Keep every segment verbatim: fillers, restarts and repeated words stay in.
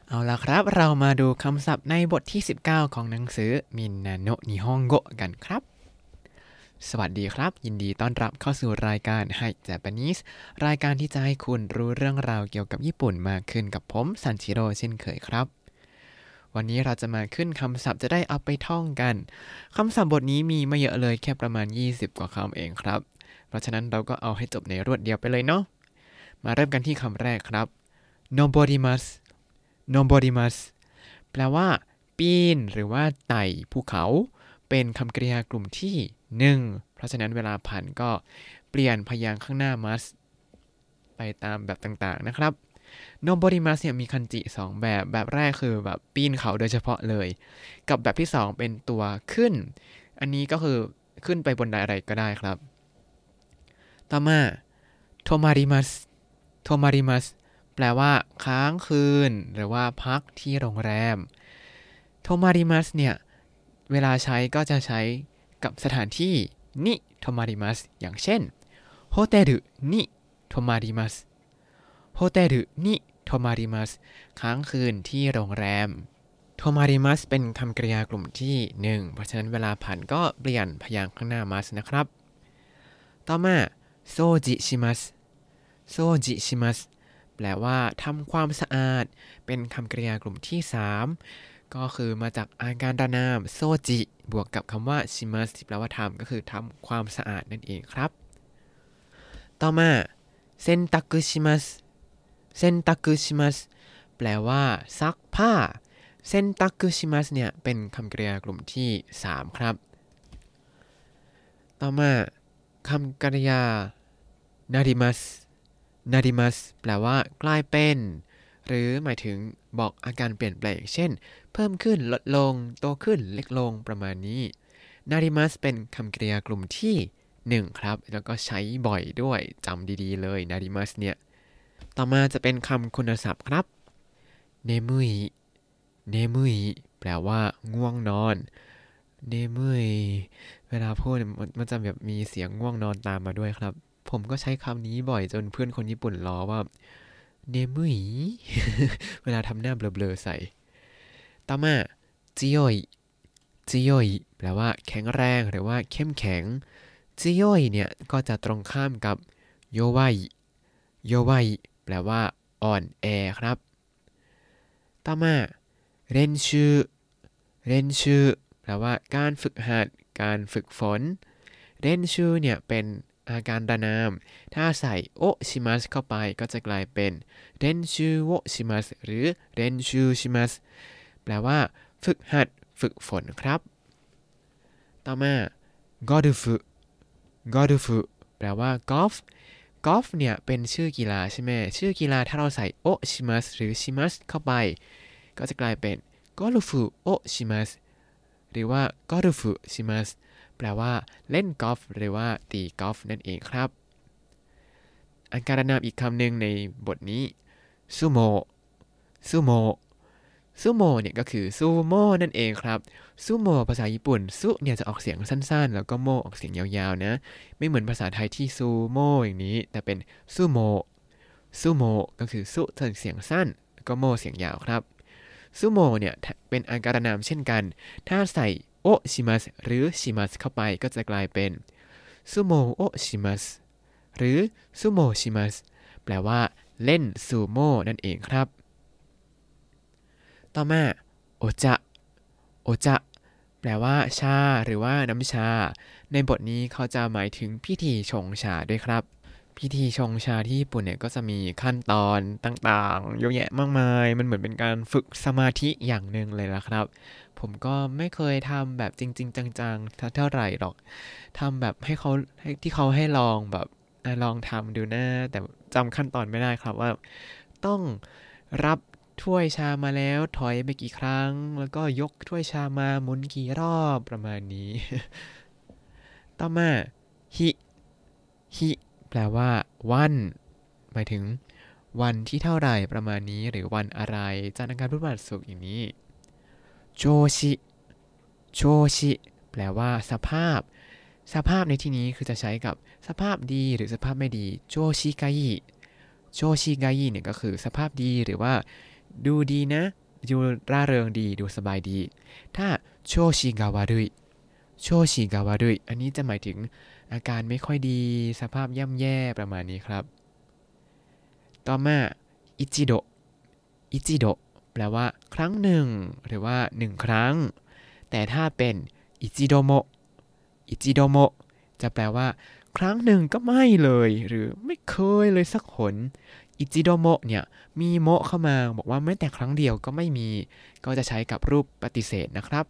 เอาล่ะครับเรามาดูคำศัพท์ในบทที่สิบเก้าของหนังสือมินนาโนะนิฮงโกะกันครับสวัสดีครับยินดีต้อนรับเข้าสู่รายการไฮเจแปนิสรายการที่จะให้คุณรู้เรื่องราวเกี่ยวกับญี่ปุ่นมากขึ้นกับผมซันชิโร่เช่นเคยครับวันนี้เราจะมาขึ้นคำศัพท์จะได้เอาไปท่องกันคำศัพท์บทนี้มีไม่เยอะเลยแค่ประมาณยี่สิบกว่าคำเองครับเพราะฉะนั้นเราก็เอาให้จบในรวดเดียวไปเลยเนาะมาเริ่มกันที่คำแรกครับ nobodimas nobodimas แปลว่าปีนหรือว่าไต่ภูเขาเป็นคำกริยากลุ่มที่หนึ่งเพราะฉะนั้นเวลาผันก็เปลี่ยนพยางค์ข้างหน้า mas ไปตามแบบต่างๆนะครับ nobodimas เนี่ยมีคันจิสองแบบแบบแรกคือแบบปีนเขาโดยเฉพาะเลยกับแบบที่สองเป็นตัวขึ้นอันนี้ก็คือขึ้นไปบนไดอะไรก็ได้ครับต่อมา tomarimas tomarimas แปลว่าค้างคืนหรือว่าพักที่โรงแรม tomarimas เนี่ยเวลาใช้ก็จะใช้กับสถานที่นิ tomarimas อย่างเช่น hotel นิ tomarimas hotel นิ tomarimas ค้างคืนที่โรงแรม tomarimas เป็นคำกริยากลุ่มที่หนึ่งเพราะฉะนั้นเวลาผันก็เปลี่ยนพยางค์ข้างหน้า mas นะครับต่อมา soji shimasu soji shimasu แปลว่าทำความสะอาดเป็นคำกริยากลุ่มที่สามก็คือมาจากอาการนามโซจิบวกกับคำว่าชิมัสที่แปลว่าทำก็คือทำความสะอาดนั่นเองครับต่อมาเซนตักุชิมัสเซนตักุชิมัสแปลว่าซักผ้าเซนตักุชิมัสเนี่ยเป็นคำกริยากลุ่มที่สามครับต่อมาคำกริยานาริมัสนาริมัสแปลว่ากลายเป็นหรือหมายถึงบอกอาการเปลี่ยนแปลงเช่นเพิ่มขึ้นลดลงโตขึ้นเล็กลงประมาณนี้นาริมัสเป็นคำกริยากลุ่มที่หนึ่งครับแล้วก็ใช้บ่อยด้วยจำดีๆเลยนาริมัสเนี่ยต่อมาจะเป็นคำคุณศัพท์ครับเนมุยเนมุยแปลว่าง่วงนอนเนมุยเวลาพูดมันจะแบบมีเสียงง่วงนอนตามมาด้วยครับผมก็ใช้คำนี้บ่อยจนเพื่อนคนญี่ปุ่นล้อว่าเนมุย เวลาทำหน้าเบลอๆใส่ต่อมาจิโยยจิโยยแปลว่าแข็งแรงหรือว่าเข้มแข็งจิโยยเนี่ยก็จะตรงข้ามกับโยวายโยวายแปลว่าอ่อนแอครับต่อมาเรนชูเรนชูแปลว่าการฝึกหัดการฝึกฝนเรนชูเนี่ยเป็นอาการนามถ้าใส่โอชิมัสเข้าไปก็จะกลายเป็นเรนชูโอชิมัสหรือเรนชูชิมัสแปลว่าฝึกหัดฝึกฝนครับต่อมากอล์ฟกอล์ฟแปลว่ากอล์ฟกอล์ฟเนี่ยเป็นชื่อกีฬาใช่ไหมชื่อกีฬาถ้าเราใส่โอชิมัสหรือชิมัสเข้าไปก็จะกลายเป็นกอล์ฟโอชิมัสหรือว่ากอล์ฟชิมัสแปลว่าเล่นกอล์ฟหรือว่าตีกอล์ฟนั่นเองครับอาการนามอีกคำหนึ่งในบทนี้ซูโม่ซูโม่ซูโม่เนี่ยก็คือซูโม่นั่นเองครับซูโม่ภาษาญี่ปุ่นซูเนี่ยจะออกเสียงสั้นๆแล้วก็โม่ออกเสียงยาวๆนะไม่เหมือนภาษาไทยที่ซูโม่อย่างนี้แต่เป็นซูโม่ซูโม่ก็คือซูเสียงสั้นแล้วก็โม่เสียงยาวครับซูโม่เนี่ยเป็นอาการนามเช่นกันถ้าใส่โอชิมัสหรือชิมัสเข้าไปก็จะกลายเป็นซูโม่โอชิมัสหรือซูโม่ชิมัสแปลว่าเล่นซูโม่นั่นเองครับต่อมาโอจะโอจะแปลว่าชาหรือว่าน้ำชาในบทนี้เขาจะหมายถึงพิธีชงชาด้วยครับพิธีชงชาที่ญี่ปุ่นเนี่ยก็จะมีขั้นตอนต่างๆเยอะแยะมากมายมันเหมือนเป็นการฝึกสมาธิอย่างหนึ่งเลยละครับผมก็ไม่เคยทำแบบจริงๆจังๆเท่าไหร่หรอกทำแบบให้เขาให้ที่เขาให้ลองแบบลองทำดูนะแต่จำขั้นตอนไม่ได้ครับว่าต้องรับถ้วยชามาแล้วถอยไปกี่ครั้งแล้วก็ยกถ้วยชามาหมุนกี่รอบประมาณนี้ ต่อมาฮิฮิแปลว่าวันหมายถึงวันที่เท่าไหร่ประมาณนี้หรือวันอะไรจันทร์อังคารพุธพฤหัสศุกร์อย่างนี้โชชิโชชิแปลว่าสภาพสภาพในที่นี้คือจะใช้กับสภาพดีหรือสภาพไม่ดีโชชิกายิโชชิกายิเนี่ยก็คือสภาพดีหรือว่าดูดีนะดูร่าเริงดีดูสบายดีถ้าโชชิกาวารุยโชชิกาวารุยอันนี้จะหมายถึงอาการไม่ค่อยดีสภาพย่ำแย่ประมาณนี้ครับต่อมาอิจิโดะอิจิโดะแปลว่าครั้งหนึ่งหรือว่าหนึ่งครั้งแต่ถ้าเป็นอิจิโดโมะอิจิโดโมะจะแปลว่าครั้งหนึ่งก็ไม่เลยหรือไม่เคยเลยสักหนอิจิโดโมะเนี่ยมีโมะเข้ามาบอกว่าแม้แต่ครั้งเดียวก็ไม่มีก็จะใช้กับรูปปฏิเสธนะครับ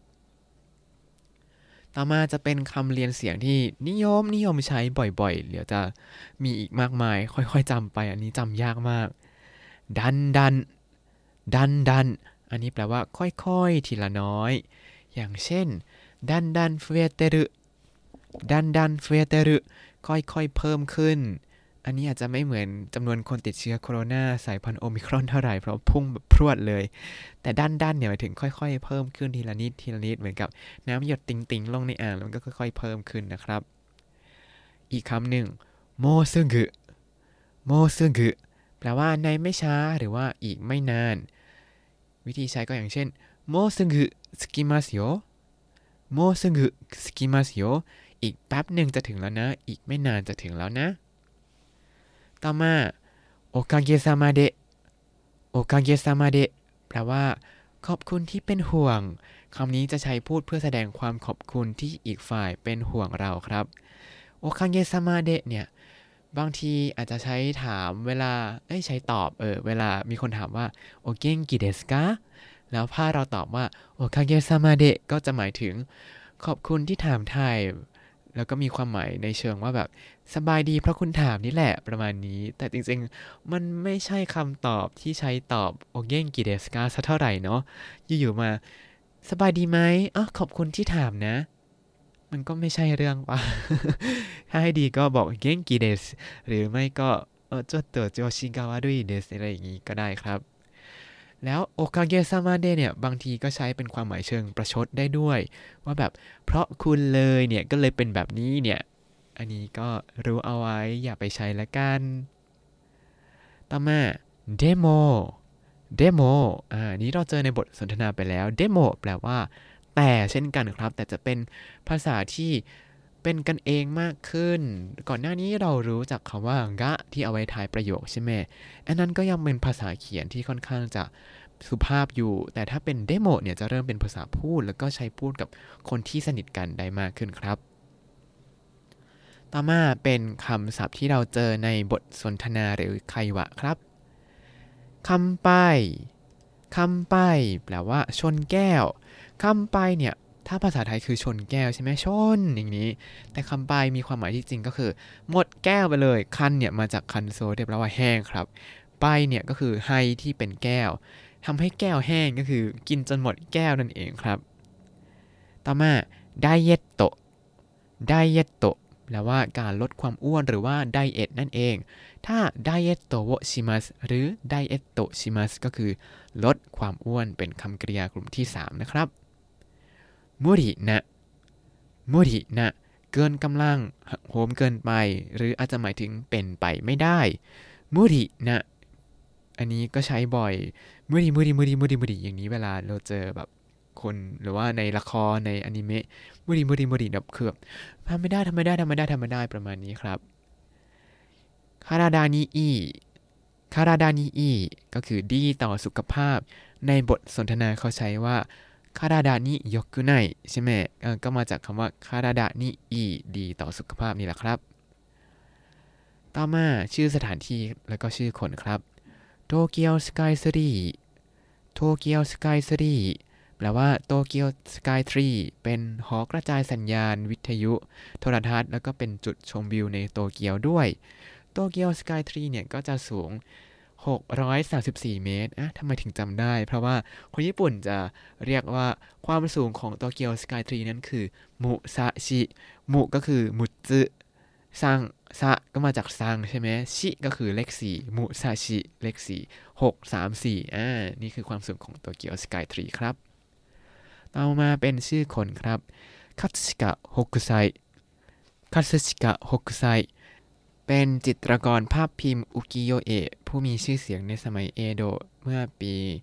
ต่อมาจะเป็นคำเรียนเสียงที่นิยมนิยมใช้บ่อยๆเดี๋ยวจะมีอีกมากมายค่อยๆจำไปอันนี้จำยากมากดันดันดันดันอันนี้แปลว่าค่อยๆทีละน้อยอย่างเช่นดันดันเฟเตรุดันดันเฟเตรุค่อยๆเพิ่มขึ้นอันนี้อาจจะไม่เหมือนจำนวนคนติดเชื้อโคโรนาสายพันธุ์โอมิครอนเท่าไหร่เพราะพุ่งแบบพรวดเลยแต่ด้านๆเนี่ยหมายถึงค่อยๆเพิ่มขึ้นทีละนิดทีละนิดเหมือนกับน้ำหยดติ๋งๆลงในอ่างแล้วมันก็ค่อยๆเพิ่มขึ้นนะครับอีกคำหนึ่งโมซึงึโมซึงึแปลว่าในไม่ช้าหรือว่าอีกไม่นานวิธีใช้ก็อย่างเช่นโมซึงึสกิมัสโยโมซึงึสกิมัสโยอีกแป๊บหนึ่งจะถึงแล้วนะอีกไม่นานจะถึงแล้วนะต่อมาโอคาเกซามาเดะโอคาเกซามาเดะแปลว่าขอบคุณที่เป็นห่วงคำนี้จะใช้พูดเพื่อแสดงความขอบคุณที่อีกฝ่ายเป็นห่วงเราครับโอคาเกซามาเดะเนี่ยบางทีอาจจะใช้ถามเวลาเอ้ยใช้ตอบเออเวลามีคนถามว่าโอเก่งกิเดสกะแล้วถ้าเราตอบว่าโอคาเกซามาเดะก็จะหมายถึงขอบคุณที่ถามไทยแล้วก็มีความหมายในเชิงว่าแบบสบายดีเพราะคุณถามนี่แหละประมาณนี้แต่จริงๆมันไม่ใช่คำตอบที่ใช้ตอบโอเก่งกิเดสกะสักเท่าไหร่เนาะอยู่ๆมาสบายดีไหมอ๋อขอบคุณที่ถามนะมันก็ไม่ใช่เรื่องป่ะ ถ้าให้ดีก็บอกเก่งกิเดสหรือไม่ก็เออจดเตอร์โจชิกาวารุยเดสอะไรอย่างนี้ก็ได้ครับแล้วโอคาเกซามาเดะเนี่ยบางทีก็ใช้เป็นความหมายเชิงประชดได้ด้วยว่าแบบเพราะคุณเลยเนี่ยก็เลยเป็นแบบนี้เนี่ยอันนี้ก็รู้เอาไว้อย่าไปใช้ละกันต่อมาเดโมเดโมอ่านี้เราเจอในบทสนทนาไปแล้วเดโมแปลว่าแต่เช่นกันครับแต่จะเป็นภาษาที่เป็นกันเองมากขึ้นก่อนหน้านี้เรารู้จักคำว่ากะที่เอาไว้ท้ายประโยคใช่ไหมอันนั้นก็ยังเป็นภาษาเขียนที่ค่อนข้างจะสุภาพอยู่แต่ถ้าเป็นเดโมเนี่ยจะเริ่มเป็นภาษาพูดแล้วก็ใช้พูดกับคนที่สนิทกันได้มากขึ้นครับต่อมาเป็นคำศัพท์ที่เราเจอในบทสนทนาหรือไควะครับคำไปคำไปแปลว่าชนแก้วคำไปเนี่ยถ้าภาษาไทยคือชนแก้วใช่ไหมชนอย่างนี้แต่คำไปมีความหมายที่จริงก็คือหมดแก้วไปเลยคันเนี่ยมาจากคันโซที่แปลว่าแห้งครับไปเนี่ยก็คือไฮที่เป็นแก้วทำให้แก้วแห้งก็คือกินจนหมดแก้วนั่นเองครับต่อมาไดเอทโตไดเอทโตแปลว่าการลดความอ้วนหรือว่าไดเอทนั่นเองถ้าไดเอทโตโวชิมัสหรือไดเอทโตชิมัสก็คือลดความอ้วนเป็นคำกริยากลุ่มที่สามนะครับมุรินะมุรินะเกินกำลังโหมเกินไปหรืออาจจะหมายถึงเป็นไปไม่ได้มุรินะอันนี้ก็ใช้บ่อยมุริมุริมุริมุริมุริอย่างนี้เวลาเราเจอแบบคนหรือว่าในละครในอนิเมะมุริมุริมุริแบบคือแบบทำไม่ได้ทำไม่ได้ทำไม่ได้ทำไม่ได้ประมาณนี้ครับคาราดานิอีคาราดานิอีก็คือดีต่อสุขภาพในบทสนทนาเขาใช้ว่าคาราดานิยกุไนใช่ไหมก็มาจากคำว่าคาราดานิอีดีต่อสุขภาพนี่แหละครับต่อมาชื่อสถานที่แล้วก็ชื่อคนครับโตเกียวสกายทรีโตเกียวสกายทรีแปลว่าโตเกียวสกายทรีเป็นหอกระจายสัญญาณวิทยุโทรทัศน์แล้วก็เป็นจุดชมวิวในโตเกียวด้วยโตเกียวสกายทรีเนี่ยก็จะสูงหกร้อยสามสิบสี่เมตรอ่ะทำไมถึงจำได้เพราะว่าคนญี่ปุ่นจะเรียกว่าความสูงของโตเกียวสกายทรีนั้นคือมุซาชิมุก็คือมุจึซังซะก็มาจากซังใช่ไหมชิก็คือเลขสี่มุซาชิเลขสี่หกสามสี่อ่านี่คือความสูงของโตเกียวสกายทรีครับต่อมาเป็นชื่อคนครับคัตสึกะฮกุไซคัตสึกะฮกุไซเป็นจิตรกรภาพพิมพ์อุกิโยเอะผู้มีชื่อเสียงในสมัยเอโดะเมื่อปี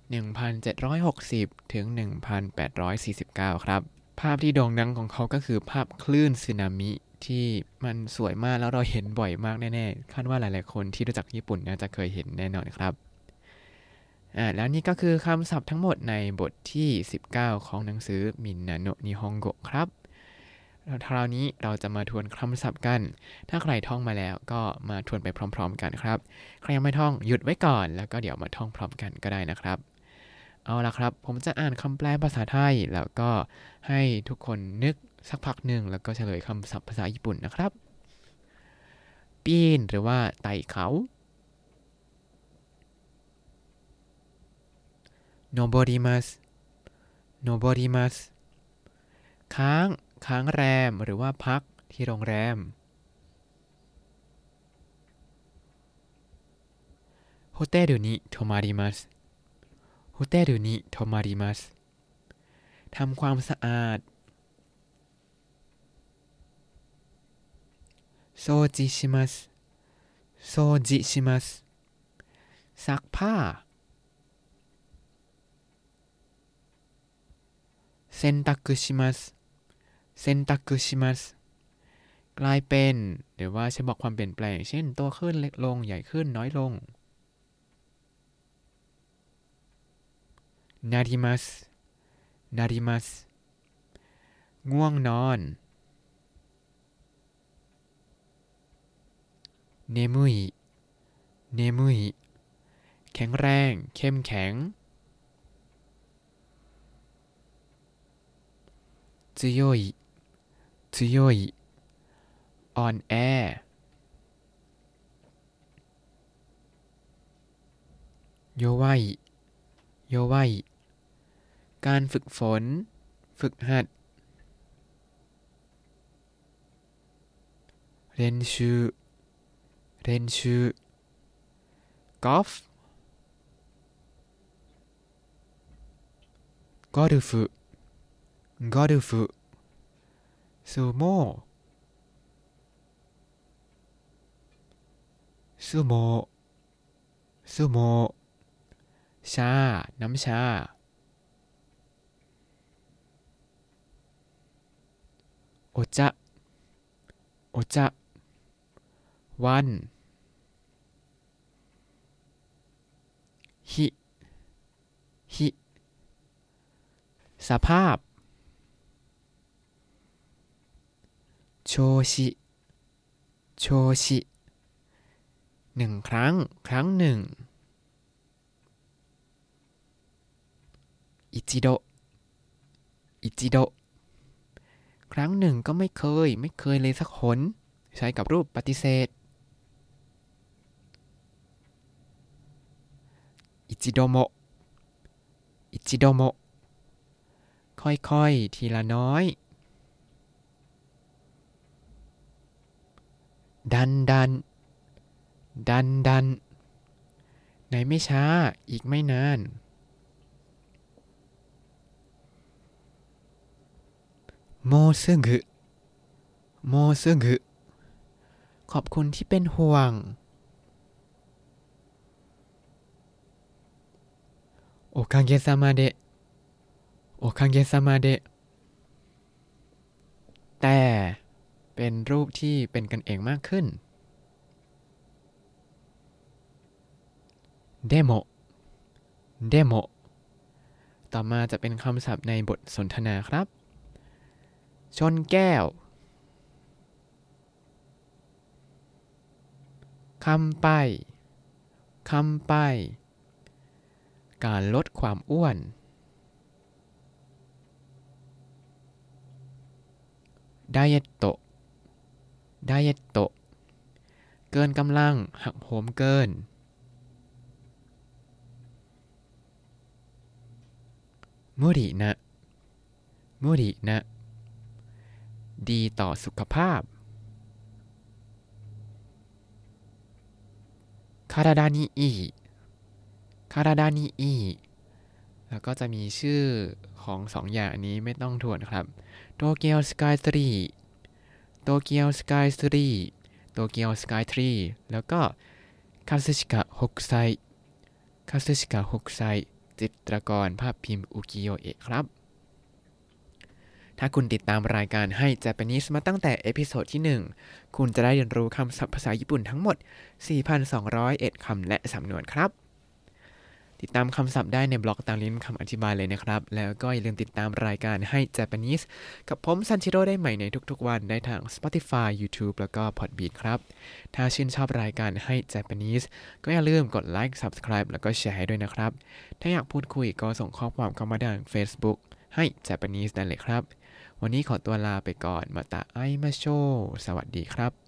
หนึ่งพันเจ็ดร้อยหกสิบ ถึง หนึ่งพันแปดร้อยสี่สิบเก้า ครับภาพที่โด่งดังของเขาก็คือภาพคลื่นสึนามิที่มันสวยมากแล้วเราเห็นบ่อยมากแน่ๆคาดว่าหลายๆคนที่รู้จักญี่ปุ่นน่าจะเคยเห็นแน่นอนครับอ่าแล้วนี่ก็คือคำศัพท์ทั้งหมดในบทที่สิบเก้าของหนังสือมินนาโนะนิฮงโกะครับแล้วคราวนี้เราจะมาทวนคำศัพท์กันถ้าใครท่องมาแล้วก็มาทวนไปพร้อมๆกันครับใครยังไม่ท่องหยุดไว้ก่อนแล้วก็เดี๋ยวมาท่องพร้อมกันก็ได้นะครับเอาล่ะครับผมจะอ่านคำแปลภาษาไทยแล้วก็ให้ทุกคนนึกสักพักหนึ่งแล้วก็เฉลยคำศัพท์ภาษาญี่ปุ่นนะครับปีนหรือว่าไต่เขาโนโบริมัสโนโบริมัสค้างค้างแรมหรือว่าพักที่โรงแรมโฮเทลに泊まりますโฮเทลに泊まりますทำความสะอาดโซจิชิมัสโซจิชิมัสซักผ้าเซ็นตักุชิมัสเซ็นตักุชิมัสกลายเป็นหรือว่าใช้บอกความเปลี่ยนแปลงเช่นโตขึ้นเล็กลงใหญ่ขึ้นน้อยลงนาริมัสนาริมัสง่วงนอนเนมุยเนมุยแข็งแรงเข้มแข็ง強い強いอ่อนแอโยวัยโยวัยการฝึกฝนฝึกหัดเรียนชูเรียนชูกอล์ฟกอล์ฟกอล์ฟซูโม่ซูโม่ซูโม่ชาน้ำชาโอจะโอจะวันฮิฮิสภาพโชชิโชชิหนึ่งครั้งครั้งหนึ่งอิจิโดอิจิโดครั้งหนึ่งก็ไม่เคยไม่เคยเลยสักหนใช้กับรูปปฏิเสธอิจิโดโมะอิจิโดโมะค่อยๆทีละน้อยดันดันดันดันในไม่ช้าอีกไม่นานโมซึงึโมซึงึขอบคุณที่เป็นห่วงโอคาเกะซามาเดะโอคาเกะซามาเดะแต่เป็นรูปที่เป็นกันเองมากขึ้นเดโมเดโมต่อมาจะเป็นคำศัพท์ในบทสนทนาครับชนแก้วคำไปคำไปการลดความอ้วนไดเอตโตไดเอตโตเกินกำลังหักโหมเกินมุรินะมุรินะดีต่อสุขภาพคาราดานิอิคาราดานิอิแล้วก็จะมีชื่อของสองอย่างนี้ไม่ต้องทวนครับโตเกียวสกายทรีโตเกียวสกายทรีโตเกียวสกายทรีแล้วก็คาซึชิกะฮกไซคาซึชิกะฮกไซจิตรกรภาพพิมพ์อุกิโยเอะครับถ้าคุณติดตามรายการให้ Japanese มาตั้งแต่เอพิโซดที่หนึ่งคุณจะได้เรียนรู้คำศัพท์ภาษาญี่ปุ่นทั้งหมด สี่พันสองร้อยเอ็ด คำและสำนวนครับติดตามคำศัพท์ได้ในบล็อกตามลิงก์คำอธิบายเลยนะครับแล้วก็อย่าลืมติดตามรายการให้ Japanese กับผมซันชิโร่ได้ใหม่ในทุกๆวันได้ทาง Spotify YouTube แล้วก็ Podbean ครับถ้าชื่นชอบรายการให้ Japanese ก็อย่าลืมกดไลค์ Subscribe แล้วก็แชร์ให้ด้วยนะครับถ้าอยากพูดคุยก็ส่งข้อความเข้ามาทาง Facebook ให้ Japanese ได้เลยครับวันนี้ขอตัวลาไปก่อนมาตาไอมาโชสวัสดีครับ